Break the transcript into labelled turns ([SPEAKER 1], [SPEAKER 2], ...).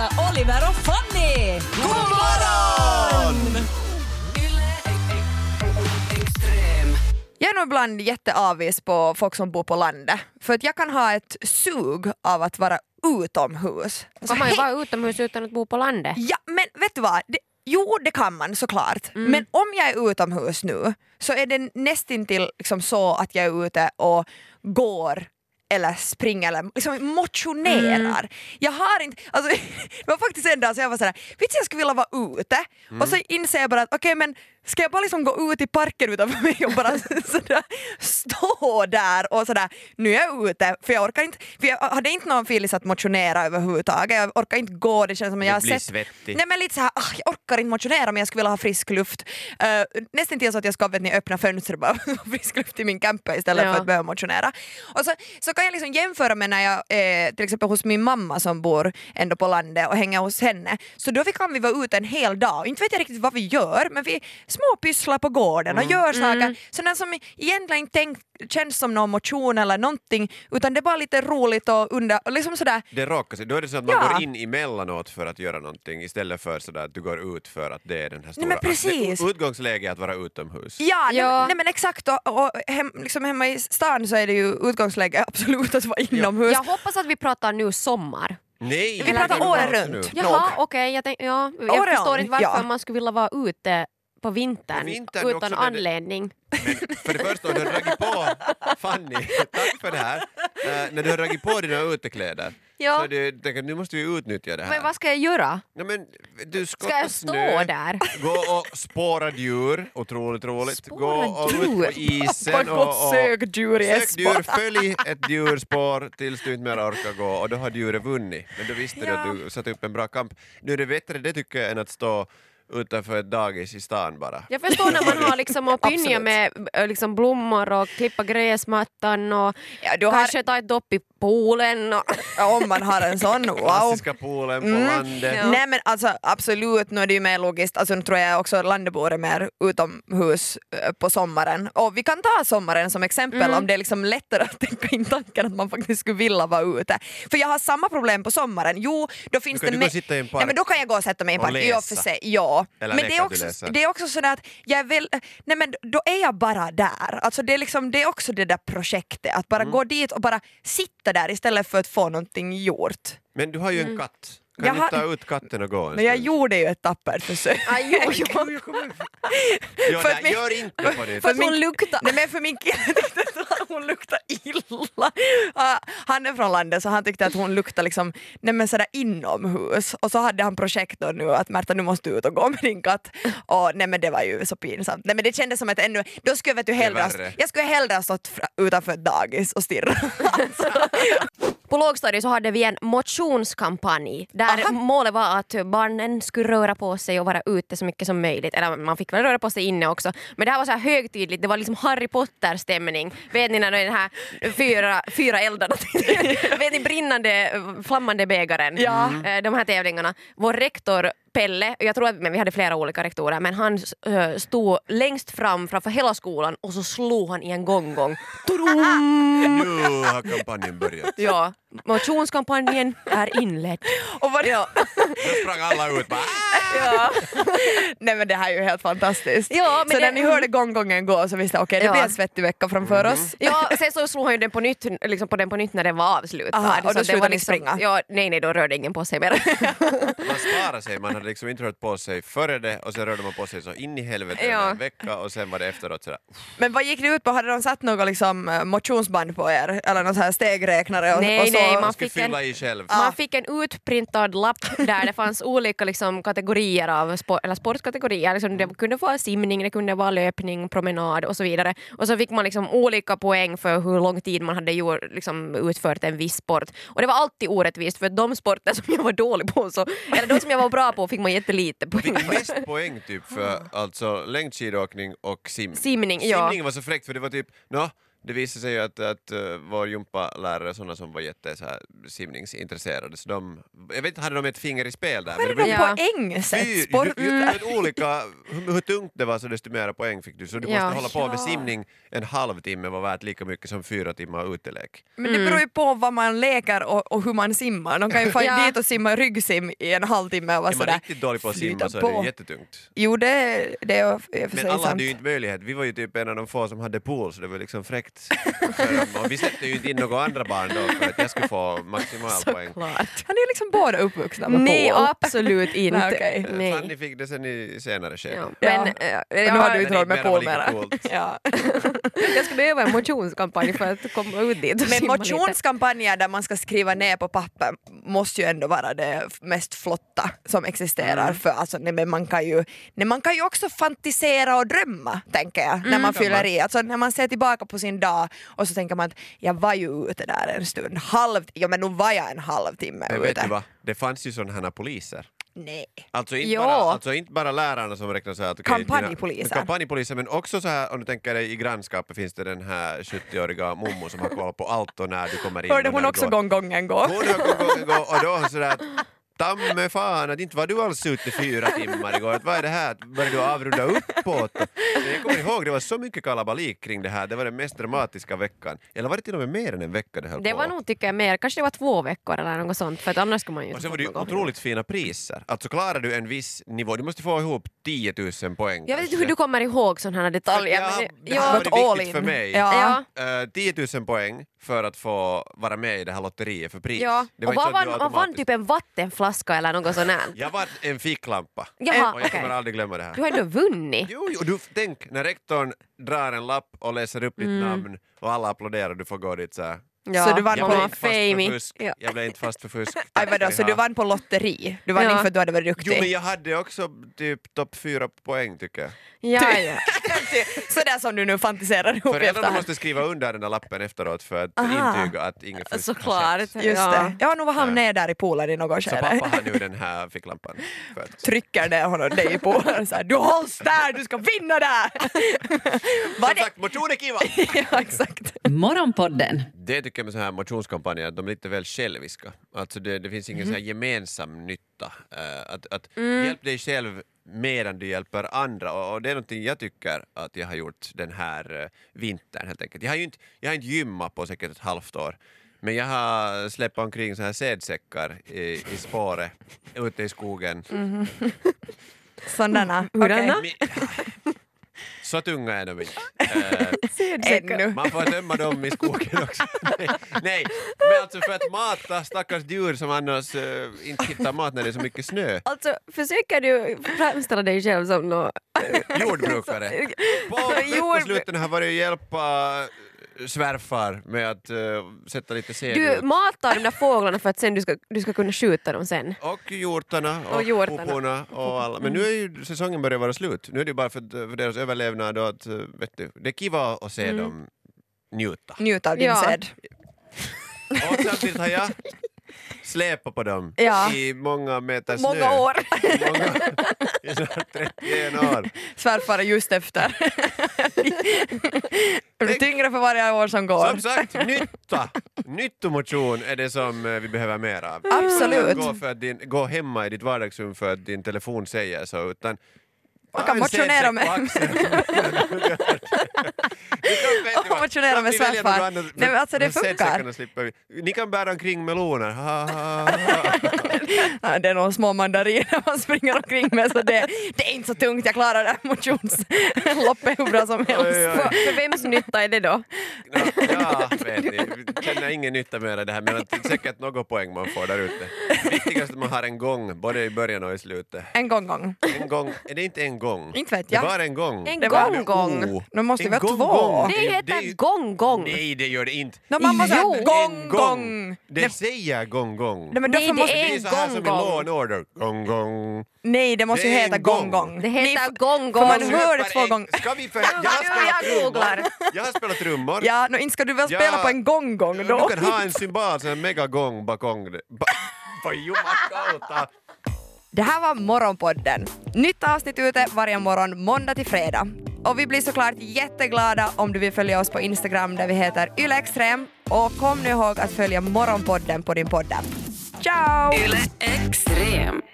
[SPEAKER 1] hälsa Oliver och Fanny!
[SPEAKER 2] God morgon!
[SPEAKER 3] Jag är nog ibland jätteavis på folk som bor på landet. För att jag kan ha ett sug av att vara utomhus.
[SPEAKER 2] Kan man ju vara utomhus utan att bo på landet?
[SPEAKER 3] Ja, men vet du vad? Jo, det kan man såklart. Men om jag är utomhus nu så är det nästintill liksom så att jag är ute och går eller springer eller liksom motionerar. Jag har inte, alltså det var faktiskt en dag så jag var sådär, vet jag skulle vilja vara ute och så inser jag bara att okej, men ska jag bara liksom gå ut i parken utanför mig och bara sådär stå där och sådär, nu är jag ute för jag orkar inte, för jag hade inte någon filis att motionera överhuvudtaget, jag orkar inte gå, det känns som att jag har sett
[SPEAKER 4] svettig.
[SPEAKER 3] Nej men lite såhär, jag orkar inte motionera men jag skulle vilja ha frisk luft. Nästan till så att jag ska öppna fönstret bara frisk luft i min camper istället för att behöva motionera. Och så kan jag liksom jämföra med när jag till exempel hos min mamma som bor ändå på landet och hänger hos henne. Så då kan vi vara ute en hel dag. Inte vet jag riktigt vad vi gör, men vi småpysslar på gården och gör saker. Sådana som egentligen inte känns som någon motion eller någonting, utan det är bara lite roligt och liksom sådär.
[SPEAKER 4] Det råkar sig. Då är det så att man går in emellanåt för att göra någonting istället för sådär att du går ut för att det är den här stora...
[SPEAKER 3] Nej, men precis.
[SPEAKER 4] Utgångsläge är att vara utomhus.
[SPEAKER 3] Ja. Nej men exakt, och liksom hemma i stan så är det ju utgångsläge absolut att vara inomhus.
[SPEAKER 2] Jag hoppas att vi pratar nu sommar.
[SPEAKER 4] Nej,
[SPEAKER 3] Vi pratar året runt.
[SPEAKER 2] Jaha, okej. Jag förstår inte varför man skulle vilja vara ute på vintern utan
[SPEAKER 4] också
[SPEAKER 2] anledning.
[SPEAKER 4] Men för det första, du har dragit på Fanny, tack för det här. När du har dragit på dina utekläder så nu måste vi utnyttja det här.
[SPEAKER 2] Men vad ska jag göra?
[SPEAKER 4] Ja, men du
[SPEAKER 2] Ska jag stå där?
[SPEAKER 4] Gå och spåra djur, otroligt roligt. Gå och ut på isen
[SPEAKER 3] och sök djur i
[SPEAKER 4] sök djur, följ ett djurspår tills du inte mer orkar gå och då har djuret vunnit. Men då visste du att du satt upp en bra kamp. Nu är det bättre det tycker jag än att stå utanför ett dagis i stan bara.
[SPEAKER 2] Jag förstår när man har liksom att pynja med liksom blommor och klippa gräsmattan och kanske ta ett dopp i poolen.
[SPEAKER 3] Om man har en sån, wow.
[SPEAKER 4] Klassiska poolen på landet.
[SPEAKER 3] Ja. Nej men alltså absolut, nu är det ju mer logiskt. Alltså nu tror jag också landebor är mer utomhus på sommaren. Och vi kan ta sommaren som exempel om det är liksom lättare att tänka in tanken att man faktiskt skulle vilja vara ute. För jag har samma problem på sommaren. Jo, då finns det...
[SPEAKER 4] sitta i en park.
[SPEAKER 3] Nej men då kan jag gå och sätta mig i en park. Ja, för sig. Ja.
[SPEAKER 4] Eller
[SPEAKER 3] men det är också sådär att jag vill... Nej men då är jag bara där. Alltså det är liksom, det är också det där projektet. Att bara gå dit och bara sitta där istället för att få någonting gjort.
[SPEAKER 4] Men du har ju en katt. Kan du ta ut katten och gå en
[SPEAKER 3] Men jag
[SPEAKER 4] stund?
[SPEAKER 3] gjorde ju ett tappert försök.
[SPEAKER 4] Gör inte på det.
[SPEAKER 3] För att hon luktar... Nej men för min kille tyckte att hon luktar illa. Han är från landet så han tyckte att hon luktar liksom, nej men sådär inomhus. Och så hade han projekt då nu att Märta nu måste du ut och gå med din katt. Och nej men det var ju så pinsamt. Nej men det kändes som att ännu, då skulle jag skulle hellre ha stått utanför ett dagis och stirra.
[SPEAKER 2] På lågstadiet så hade vi en motionskampanj där målet var att barnen skulle röra på sig och vara ute så mycket som möjligt. Eller man fick väl röra på sig inne också. Men det här var så här högtidligt. Det var liksom Harry Potter-stämning. Vet ni när det är den här fyra eldarna vet ni brinnande, flammande bägaren?
[SPEAKER 3] Ja.
[SPEAKER 2] De här tävlingarna. Vår rektor Pelle, jag tror att vi hade flera olika rektorer, men han stod längst framför hela skolan och så slog han i en gongong.
[SPEAKER 4] Nu har kampanjen börjat.
[SPEAKER 2] Ja, motionskampanjen är inledd.
[SPEAKER 3] Och vad
[SPEAKER 4] Då sprang alla ut bara...
[SPEAKER 3] Ja. Nej men det här är ju helt fantastiskt.
[SPEAKER 2] Ja, men
[SPEAKER 3] så när ni hörde gången gå så visste jag okej, det blir en svettig vecka framför oss.
[SPEAKER 2] Ja, sen så slog han ju den på nytt, liksom på den på nytt när den var avslutad.
[SPEAKER 3] Aha, och då slutade ni
[SPEAKER 2] liksom,
[SPEAKER 3] springa?
[SPEAKER 2] Ja, nej, då rörde ingen på sig mer.
[SPEAKER 4] Man sparar sig, man hade liksom inte rört på sig före det och sen rörde man på sig så in i helvete en vecka och sen var det efteråt sådär.
[SPEAKER 3] Men vad gick det ut på? Hade de satt något liksom motionsband på er? Eller någon så här stegräknare? Och,
[SPEAKER 2] Nej,
[SPEAKER 3] och så...
[SPEAKER 2] nej, man fick en utprintad lapp där det fanns olika liksom, kategorier av sportkategorier. Liksom, det kunde vara simning, det kunde vara löpning, promenad och så vidare. Och så fick man liksom olika poäng för hur lång tid man hade utfört en viss sport. Och det var alltid orättvist för de sporter som jag var dålig på, eller de som jag var bra på fick man jättelite poäng.
[SPEAKER 4] Fick mest poäng typ för alltså längdskidåkning och simning.
[SPEAKER 2] Simning
[SPEAKER 4] Simning var så fräckt för det var typ, det visade sig ju att vår gympalärare, sådana som var jätte så här, simningsintresserade, så jag vet inte, hade de ett finger i spel där.
[SPEAKER 3] Vad är det då poängsätt?
[SPEAKER 4] Olika, hur tungt det var så desto mer poäng fick du. Så du måste hålla på med simning en halvtimme var värt lika mycket som 4 timmar utelek.
[SPEAKER 3] Men det beror ju på vad man leker och hur man simmar. De kan ju få dit och simma ryggsim i en halvtimme och vara sådär.
[SPEAKER 4] Är man riktigt dålig på att simma så är det jättetungt.
[SPEAKER 3] Jo, det är för sig sant.
[SPEAKER 4] Men alla hade ju inte möjlighet. Vi var ju typ en av de få som hade pool, så det var liksom fräckt. Och vi släppte ju inte in några andra barn då för att jag skulle få maximal poäng.
[SPEAKER 3] Han är ju liksom båda uppvuxna med pool.
[SPEAKER 2] Nej, absolut inte.
[SPEAKER 3] Okay.
[SPEAKER 2] Nej.
[SPEAKER 4] Fanny fick det sen i senare skede.
[SPEAKER 2] Ja.
[SPEAKER 3] Men nu har du inte råd med pool mera.
[SPEAKER 4] Ja.
[SPEAKER 2] Jag ska behöva en motionskampanj för att komma ut dit.
[SPEAKER 3] Men motionskampanjer där man ska skriva ner på papper måste ju ändå vara det mest flotta som existerar. För alltså, man kan ju också fantisera och drömma, tänker jag, när man fyller i. Alltså, när man ser tillbaka på sin dag och så tänker man att jag var ju ute där en stund. Men nu var jag en halvtimme ute.
[SPEAKER 4] Men vet du vad? Det fanns ju sådana här poliser.
[SPEAKER 3] Nej.
[SPEAKER 4] Alltså inte bara lärarna som räknar så här att kampanjpoliser, men också så här, om du tänker dig i grannskapet finns det den här 70-åriga mommo som har koll på allt och när du kommer in.
[SPEAKER 3] Hörde hon också gången gå?
[SPEAKER 4] Hon har gången gå och då sådär tamme fan, att inte var du alls ute 4 timmar igår. Vad är det här? Började du avrunda uppåt? Jag kommer ihåg, det var så mycket kalabalik kring det här. Det var den mest dramatiska veckan. Eller var det till och med mer än en vecka det höll på?
[SPEAKER 2] Det var nog, tycker jag, mer. Kanske det var 2 veckor eller något sånt. För att annars skulle man ju...
[SPEAKER 4] Och så var det ju otroligt fina priser. Alltså klarar du en viss nivå, du måste få ihop 10 000 poäng.
[SPEAKER 2] Jag vet inte hur du kommer ihåg sådana här detaljer.
[SPEAKER 4] Det har varit viktigt för mig.
[SPEAKER 3] Ja.
[SPEAKER 4] 10 000 poäng för att få vara med i det här lotteriet för pris.
[SPEAKER 2] Ja. Och vad vann typ en vattenflaska eller något sånt här?
[SPEAKER 4] Jag var en ficklampa.
[SPEAKER 2] Jaha,
[SPEAKER 4] och jag kommer aldrig glömma det här.
[SPEAKER 2] Du har ändå vunnit.
[SPEAKER 4] Jo, du tänk när rektorn drar en lapp och läser upp ditt namn och alla applåderar, du får gå dit så här.
[SPEAKER 2] Ja,
[SPEAKER 3] så du vann
[SPEAKER 4] jag
[SPEAKER 3] på
[SPEAKER 4] blev inte fast för fusk. Ja. Jag blev inte fast för fusk.
[SPEAKER 3] Så du vann på lotteri? Du vann inte för att du hade varit duktig?
[SPEAKER 4] Jo, men jag hade också typ topp 4 poäng tycker jag.
[SPEAKER 2] Ja.
[SPEAKER 3] Sådär som du nu fantiserar ihop.
[SPEAKER 4] Föräldrarna måste skriva under den där lappen efteråt för att intyga att ingen fusk
[SPEAKER 2] såklart.
[SPEAKER 4] har skett.
[SPEAKER 3] Just det. Ja, nu var han ner där i poolen i något skede.
[SPEAKER 4] Så pappa har nu den här ficklampan.
[SPEAKER 3] Trycker ner honom dig i poolen och säger du hålls där, du ska vinna där!
[SPEAKER 4] Som sagt, motion är kiva!
[SPEAKER 3] Ja, exakt.
[SPEAKER 1] Morgonpodden.
[SPEAKER 4] Det tycker jag med så här motionskampanjer att de är lite väl själviska. Alltså det finns ingen så här gemensam nytta. Att hjälp dig själv medan du hjälper andra, och det är någonting jag tycker att jag har gjort den här vintern helt enkelt. Jag har inte gymmat på säkert ett halvt år, men jag har släppt omkring så här sädsäckar i spåret ute i skogen.
[SPEAKER 3] Sådana?
[SPEAKER 2] Hurdana?
[SPEAKER 4] Så tunga är de inte. Man får tömma dem i skogen också. Nej, men alltså för att mata stackars djur som annars inte hittar mat när det är så mycket snö.
[SPEAKER 2] Alltså, försöker du framställa dig själv som någon...
[SPEAKER 4] Jordbrukare. På sluten har varit hjälpa svärfar med att sätta lite sed.
[SPEAKER 2] Du matar de där fåglarna för att sen du ska kunna skjuta dem sen.
[SPEAKER 4] Och hjortarna och hoporna och alla. Men nu är ju säsongen börjar vara slut. Nu är det bara för deras överlevnad och att, vet du, det är kiva att se dem njuta
[SPEAKER 3] av din sed.
[SPEAKER 4] Och samtidigt har jag släpa på dem i många meter snö.
[SPEAKER 3] Många år.
[SPEAKER 4] I snart 31 år.
[SPEAKER 3] Svärfar är just efter. Det blir tyngre för varje år som går.
[SPEAKER 4] Som sagt, nyttomotion är det som vi behöver mer av.
[SPEAKER 3] Absolut.
[SPEAKER 4] Gå hemma i ditt vardagsrum för att din telefon säger så, utan
[SPEAKER 3] man kan motionera med motionera med svärfar. Nej, men alltså det funkar.
[SPEAKER 4] Ni kan bära omkring meloner.
[SPEAKER 3] Det är någon små mandariner man springer omkring med, så det är inte så tungt. Jag klarar det här motionsloppet hur bra som helst.
[SPEAKER 2] För vems nytta är det då?
[SPEAKER 4] Ja, vet ni. Jag känner ingen nytta med det här, men det är säkert något poäng man får där ute. Viktigast att man har en gång, både i början och i slutet.
[SPEAKER 3] En gång.
[SPEAKER 4] En gång. Är det inte en gång?
[SPEAKER 3] Inte vet jag.
[SPEAKER 4] Det var en gång.
[SPEAKER 2] En gång.
[SPEAKER 3] Nu måste vi ha 2.
[SPEAKER 2] Det heter gång.
[SPEAKER 4] Nej, det gör det inte.
[SPEAKER 3] Man måste ha gång.
[SPEAKER 4] Det säger gång.
[SPEAKER 3] Nej, men
[SPEAKER 2] det
[SPEAKER 4] är så här som i Law and Order. Gång.
[SPEAKER 3] Nej, det måste ju heta gång.
[SPEAKER 2] Det heter gång.
[SPEAKER 3] För man hör det 2 gånger.
[SPEAKER 4] Ska vi Jag har spelat trummor.
[SPEAKER 3] Ja, inte ska du väl spela på en gång då?
[SPEAKER 4] Du kan ha en symbol, en megagång bakom det. Vad jumakauta.
[SPEAKER 3] Det här var Morgonpodden. Nytt avsnitt ute varje morgon måndag till fredag. Och vi blir såklart jätteglada om du vill följa oss på Instagram där vi heter YleExtrem. Och kom nu ihåg att följa Morgonpodden på din poddapp. Ciao!
[SPEAKER 1] Yle Extrem.